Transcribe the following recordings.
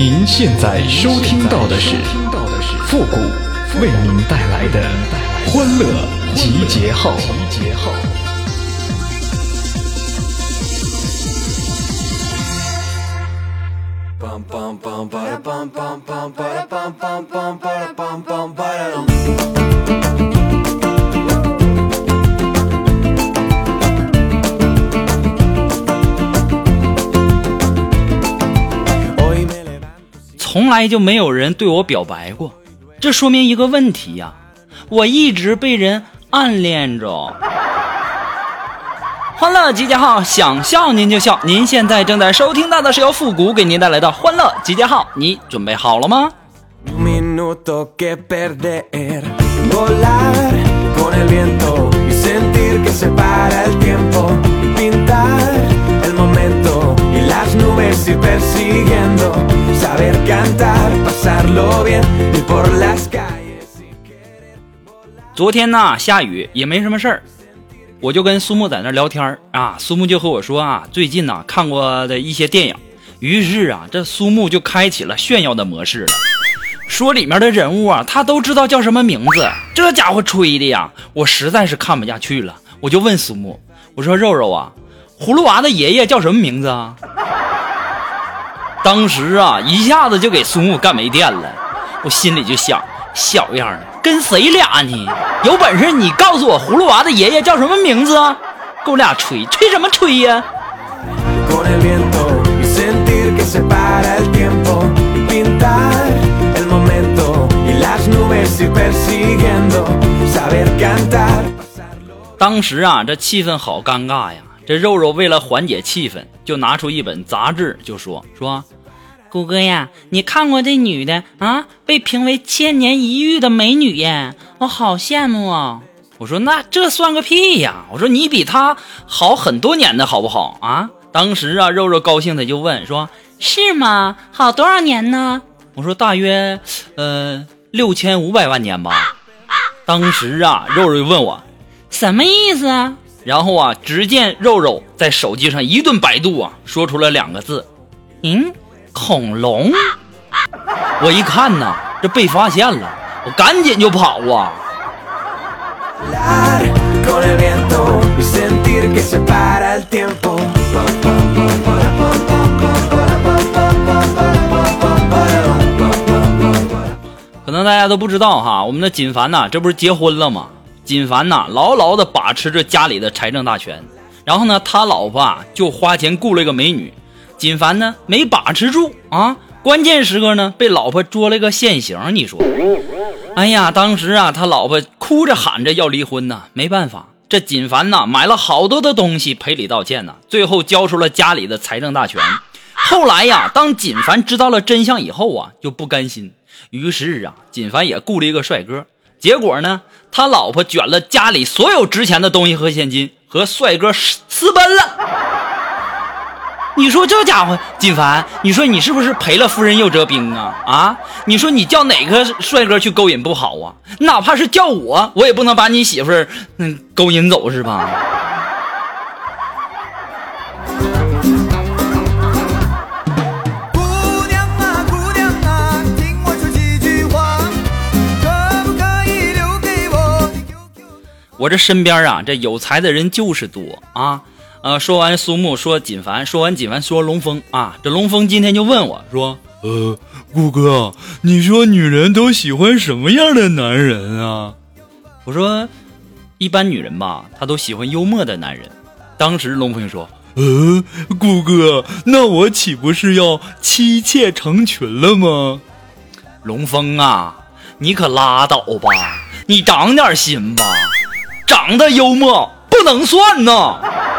您现在收听到的是复古为您带来的欢乐集结号。 从来就没有人对我表白过，这说明一个问题呀，我一直被人暗恋着。欢乐集结号，想笑您就笑。您现在正在收听到的是由复古给您带来的欢乐集结号，你准备好了吗？昨天呢下雨也没什么事儿，我就跟苏木在那聊天啊，苏木就和我说啊，最近呢看过的一些电影，于是啊这苏木就开启了炫耀的模式了，说里面的人物啊他都知道叫什么名字，这家伙吹的呀，我实在是看不下去了，我就问苏木，我说肉肉啊，葫芦娃的爷爷叫什么名字啊？当时啊一下子就给苏木干没电了，我心里就想，小样的跟谁俩呢？有本事你告诉我葫芦娃的爷爷叫什么名字啊？跟我俩吹什么吹呀？当时啊这气氛好尴尬呀，这肉肉为了缓解气氛，就拿出一本杂志就说谷歌呀，你看过这女的啊？被评为1000年一遇的美女耶，我好羡慕啊！我说那这算个屁呀！我说你比她好很多年的好不好啊？当时啊，肉肉高兴的就问说：“是吗？好多少年呢？”我说大约6500万年吧。当时啊，肉肉问我什么意思啊？然后啊，只见肉肉在手机上一顿百度啊，说出了2个字：恐龙。我一看呐，这被发现了，我赶紧就跑啊。可能大家都不知道哈，我们的锦凡呐，这不是结婚了吗？锦凡呐，牢牢的把持着家里的财政大权，然后呢，他老婆啊就花钱雇了一个美女。锦凡呢没把持住啊，关键时刻呢被老婆捉了个现行，你说哎呀，当时啊他老婆哭着喊着要离婚呢，没办法，这锦凡呢买了好多的东西赔礼道歉呢，最后交出了家里的财政大权。后来呀，当锦凡知道了真相以后啊，就不甘心，于是啊锦凡也雇了一个帅哥，结果呢他老婆卷了家里所有值钱的东西和现金，和帅哥私奔了。你说这家伙锦凡，你说你是不是赔了夫人又折兵啊？你说你叫哪个帅哥去勾引不好啊？哪怕是叫我也不能把你媳妇儿勾引走是吧？姑娘啊，听我说几句话，可不可以留给我？我这身边啊，这有才的人就是多啊。说完苏木，说锦凡，说完锦凡，说龙峰啊。这龙峰今天就问我说：“顾哥，你说女人都喜欢什么样的男人啊？”我说：“一般女人吧，她都喜欢幽默的男人。”当时龙峰说：“顾哥，那我岂不是要妻妾成群了吗？”龙峰啊，你可拉倒吧，你长点心吧，长得幽默不能算呢。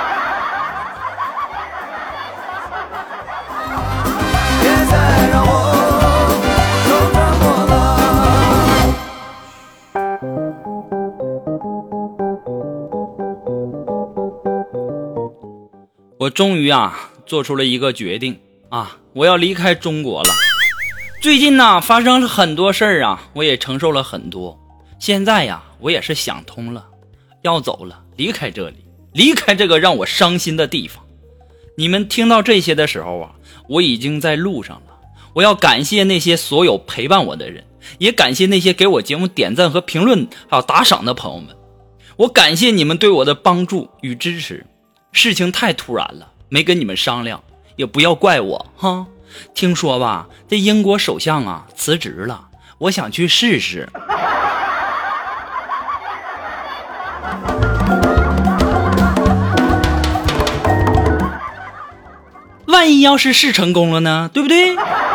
我终于啊做出了一个决定啊，我要离开中国了。最近呢发生了很多事儿啊，我也承受了很多。现在呀，我也是想通了，要走了，离开这里，离开这个让我伤心的地方。你们听到这些的时候啊，我已经在路上了。 我要感谢那些所有陪伴我的人，也感谢那些给我节目点赞和评论还有打赏的朋友们。我感谢你们对我的帮助与支持。事情太突然了，没跟你们商量，也不要怪我哈。听说吧，这英国首相啊辞职了，我想去试试。万一要是试成功了呢，对不对？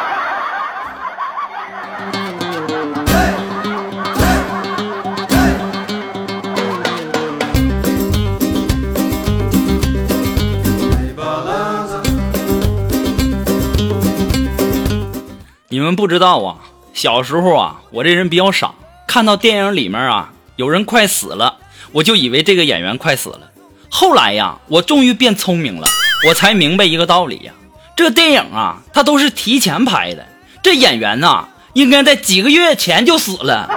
你们不知道啊，小时候啊，我这人比较傻，看到电影里面啊有人快死了，我就以为这个演员快死了。后来呀，我终于变聪明了，我才明白一个道理呀，这电影啊，它都是提前拍的，这演员啊，应该在几个月前就死了。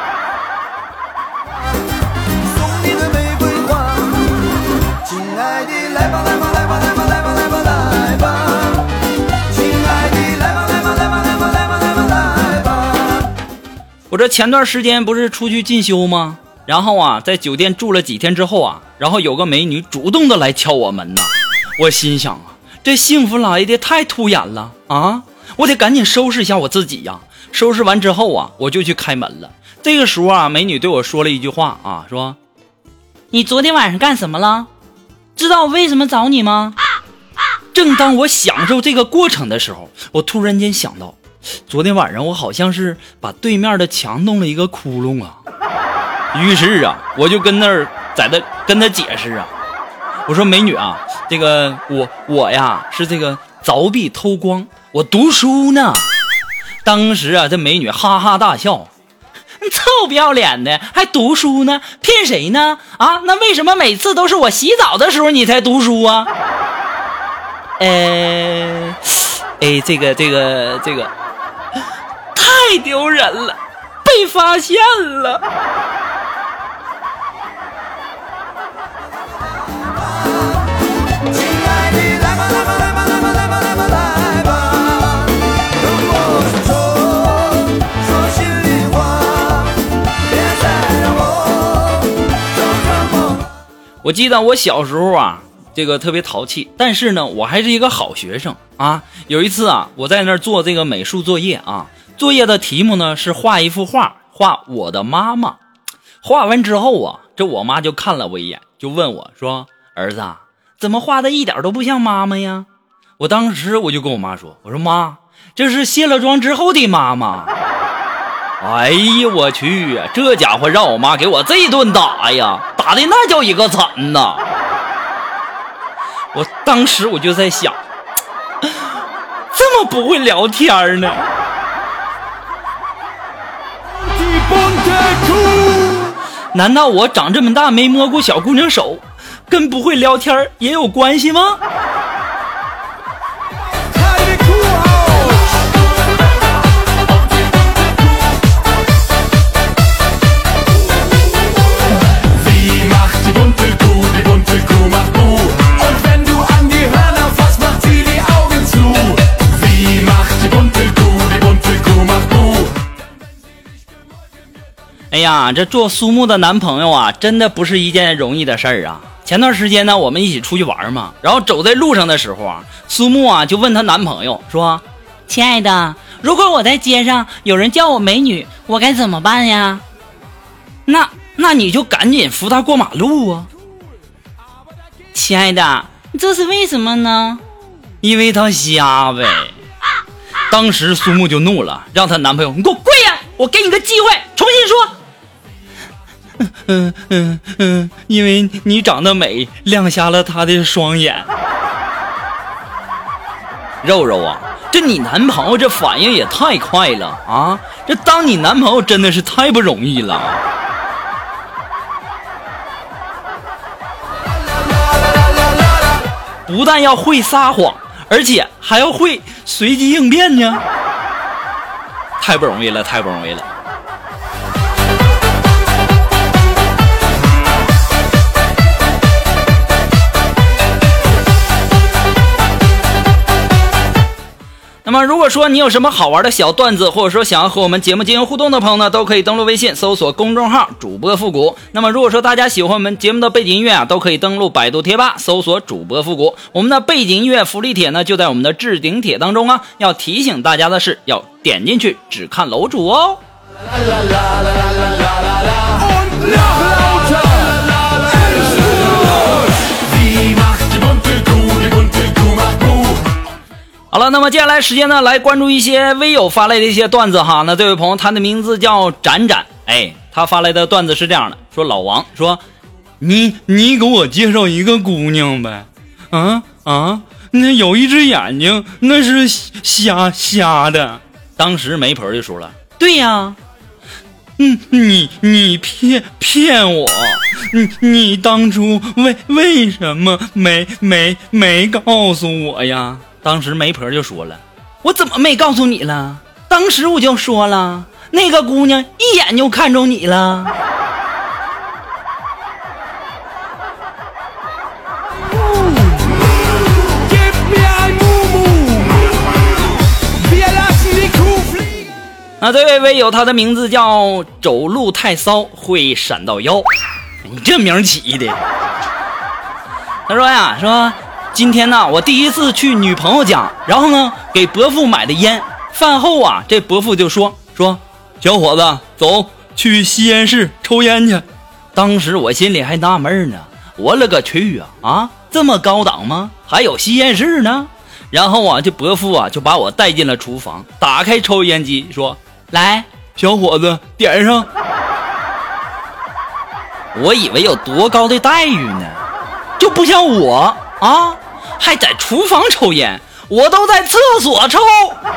我这前段时间不是出去进修吗？然后啊，在酒店住了几天之后啊，然后有个美女主动的来敲我门呐。我心想啊，这幸福来的太突然了啊！我得赶紧收拾一下我自己呀。收拾完之后啊，我就去开门了。这个时候啊，美女对我说了一句话啊，说：“你昨天晚上干什么了？知道我为什么找你吗？”正当我享受这个过程的时候，我突然间想到，昨天晚上我好像是把对面的墙弄了一个窟窿啊。于是啊，我就跟他解释啊，我说美女啊，这个我呀是这个凿壁偷光，我读书呢。当时啊，这美女哈哈大笑，臭不要脸的，还读书呢？骗谁呢？啊，那为什么每次都是我洗澡的时候你才读书啊？这个太丢人了，被发现了。我记得我小时候啊，这个特别淘气，但是呢，我还是一个好学生啊。有一次啊，我在那儿做这个美术作业啊，作业的题目呢是画一幅画，画我的妈妈。画完之后啊，这我妈就看了我一眼，就问我说：“儿子，怎么画的一点都不像妈妈呀？”我当时我就跟我妈说：“我说妈，这是卸了妆之后的妈妈。”哎呀，我去，这家伙让我妈给我这一顿打呀，打的那叫一个惨呐！我当时我就在想，这么不会聊天呢？难道我长这么大没摸过小姑娘手，跟不会聊天也有关系吗？哎呀，这做苏木的男朋友啊，真的不是一件容易的事儿啊。前段时间呢，我们一起出去玩嘛，然后走在路上的时候啊，苏木啊就问她男朋友说：“亲爱的，如果我在街上有人叫我美女，我该怎么办呀？”那你就赶紧扶她过马路啊。亲爱的，这是为什么呢？因为她瞎呗。当时苏木就怒了，让她男朋友：“你给我跪下，我给你个机会，重新说。”因为你长得美，亮瞎了他的双眼。肉肉啊，这你男朋友这反应也太快了啊！这当你男朋友真的是太不容易了。不但要会撒谎，而且还要会随机应变呢，太不容易了，太不容易了。 那么如果说你有什么好玩的小段子，或者说想要和我们节目进行互动的朋友呢，都可以登录微信搜索公众号主播复古。那么如果说大家喜欢我们节目的背景音乐啊，都可以登录百度贴吧搜索主播复古。我们的背景音乐福利帖呢就在我们的置顶帖当中啊。要提醒大家的是，要点进去只看楼主哦。好了，那么接下来时间呢，来关注一些微友发来的一些段子哈。那这位朋友他的名字叫展展，他发来的段子是这样的，说老王说你给我介绍一个姑娘呗，那有一只眼睛那是瞎的。当时媒婆就说了，对呀，你骗我，你当初为什么没告诉我呀？当时媒婆就说了，我怎么没告诉你了？当时我就说了，那个姑娘一眼就看中你了。这位微友他的名字叫走路太骚会闪到腰，你这名起的。他说呀，说今天呢我第一次去女朋友家，然后呢给伯父买的烟，饭后啊这伯父就说小伙子走去吸烟室抽烟去。当时我心里还纳闷呢，我勒个去啊，这么高档吗？还有吸烟室呢？然后啊这伯父啊就把我带进了厨房，打开抽烟机说，来小伙子点上。我以为有多高的待遇呢，就不像我啊还在厨房抽烟，我都在厕所抽。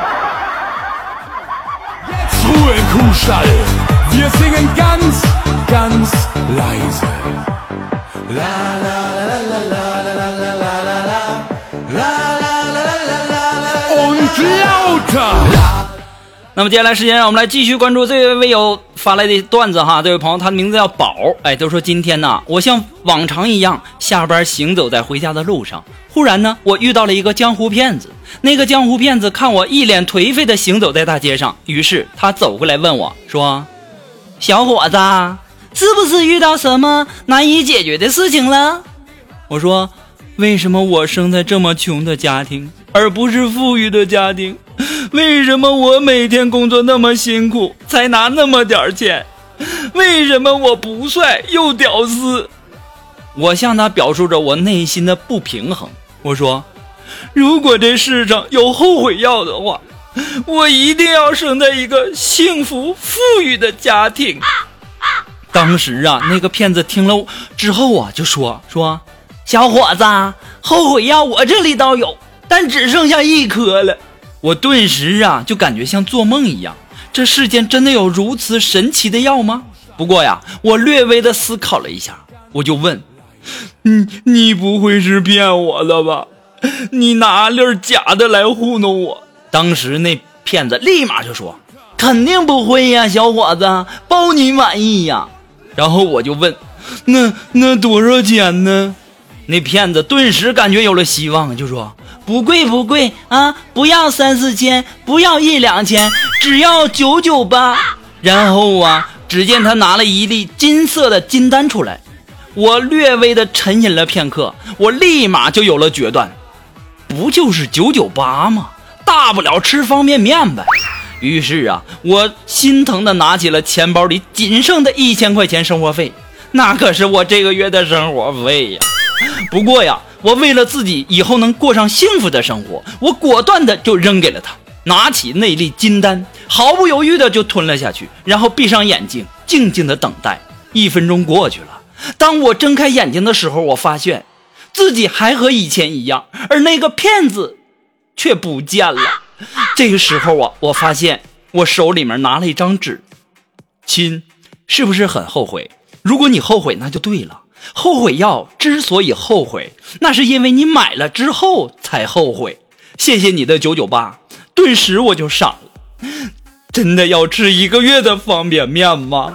那么接下来时间让我们来继续关注这位微友发来的段子哈。这位朋友他的名字叫宝，都说今天呢我像往常一样下班行走在回家的路上，忽然呢我遇到了一个江湖骗子。那个江湖骗子看我一脸颓废的行走在大街上，于是他走过来问我说，小伙子是不是遇到什么难以解决的事情了？我说，为什么我生在这么穷的家庭而不是富裕的家庭？为什么我每天工作那么辛苦才拿那么点钱？为什么我不帅又屌丝？我向他表述着我内心的不平衡。我说，如果这世上有后悔药的话，我一定要生在一个幸福富裕的家庭。当时啊那个骗子听了之后啊就说小伙子，后悔药我这里倒有，但只剩下1颗了。我顿时啊就感觉像做梦一样，这世间真的有如此神奇的药吗？不过呀我略微的思考了一下，我就问，你不会是骗我的吧？你拿粒假的来糊弄我？当时那骗子立马就说，肯定不会呀，小伙子，包你满意呀。然后我就问，那多少钱呢？那骗子顿时感觉有了希望，就说，不贵啊，不要3、4千，不要1、2千，只要998。然后啊只见他拿了一粒金色的金丹出来。我略微的沉吟了片刻，我立马就有了决断，不就是998吗？大不了吃方便面呗。于是啊我心疼的拿起了钱包里仅剩的1000块钱生活费，那可是我这个月的生活费呀。不过呀我为了自己以后能过上幸福的生活，我果断的就扔给了他，拿起那粒金丹，毫不犹豫的就吞了下去，然后闭上眼睛静静的等待。1分钟过去了，当我睁开眼睛的时候，我发现自己还和以前一样，而那个骗子却不见了。这个时候啊我发现我手里面拿了一张纸，亲，是不是很后悔？如果你后悔那就对了，后悔药之所以后悔，那是因为你买了之后才后悔。谢谢你的998，顿时我就傻了。真的要吃1个月的方便面吗？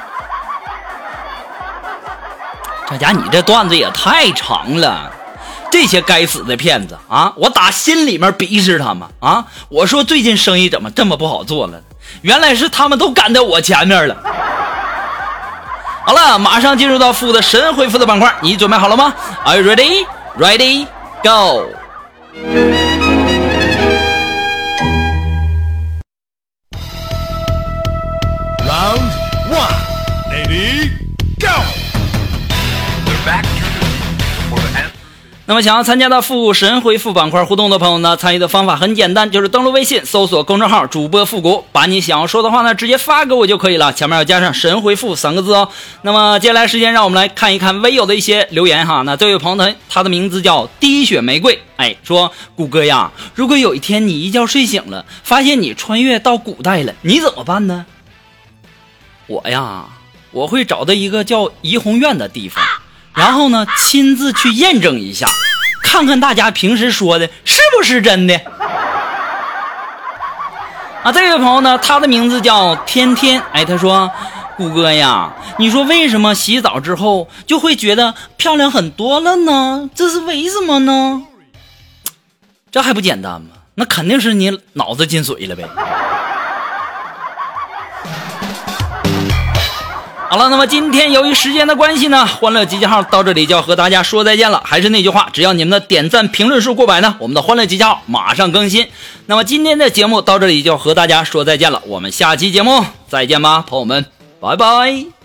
这家你这段子也太长了， 这些该死的骗子啊，我打心里面鄙视他们啊！我说最近生意怎么这么不好做了，原来是他们都赶在我前面了。好了，马上进入到负的神回复的板块，你准备好了吗？ Are you ready? Ready? Go! Round 1, Ready? Go! We're back for the end. 那么想要参加到复古神回复板块互动的朋友呢，参与的方法很简单，就是登录微信搜索公众号主播复古，把你想要说的话呢直接发给我就可以了，前面要加上神回复3个字哦。那么接下来时间让我们来看一看微友的一些留言哈。那这位朋友呢，他的名字叫滴血玫瑰，说谷歌呀，如果有一天你一觉睡醒了，发现你穿越到古代了，你怎么办呢？我会找到一个叫怡红院的地方，然后呢亲自去验证一下，看看大家平时说的是不是真的啊。这位朋友呢，他的名字叫天天，他说谷歌呀，你说为什么洗澡之后就会觉得漂亮很多了呢？这是为什么呢？这还不简单吗？那肯定是你脑子进水了呗。好了，那么今天由于时间的关系呢，欢乐集结号到这里就要和大家说再见了。还是那句话，只要你们的点赞评论数过百呢，我们的欢乐集结号马上更新。那么今天的节目到这里就要和大家说再见了，我们下期节目再见吧，朋友们，拜拜。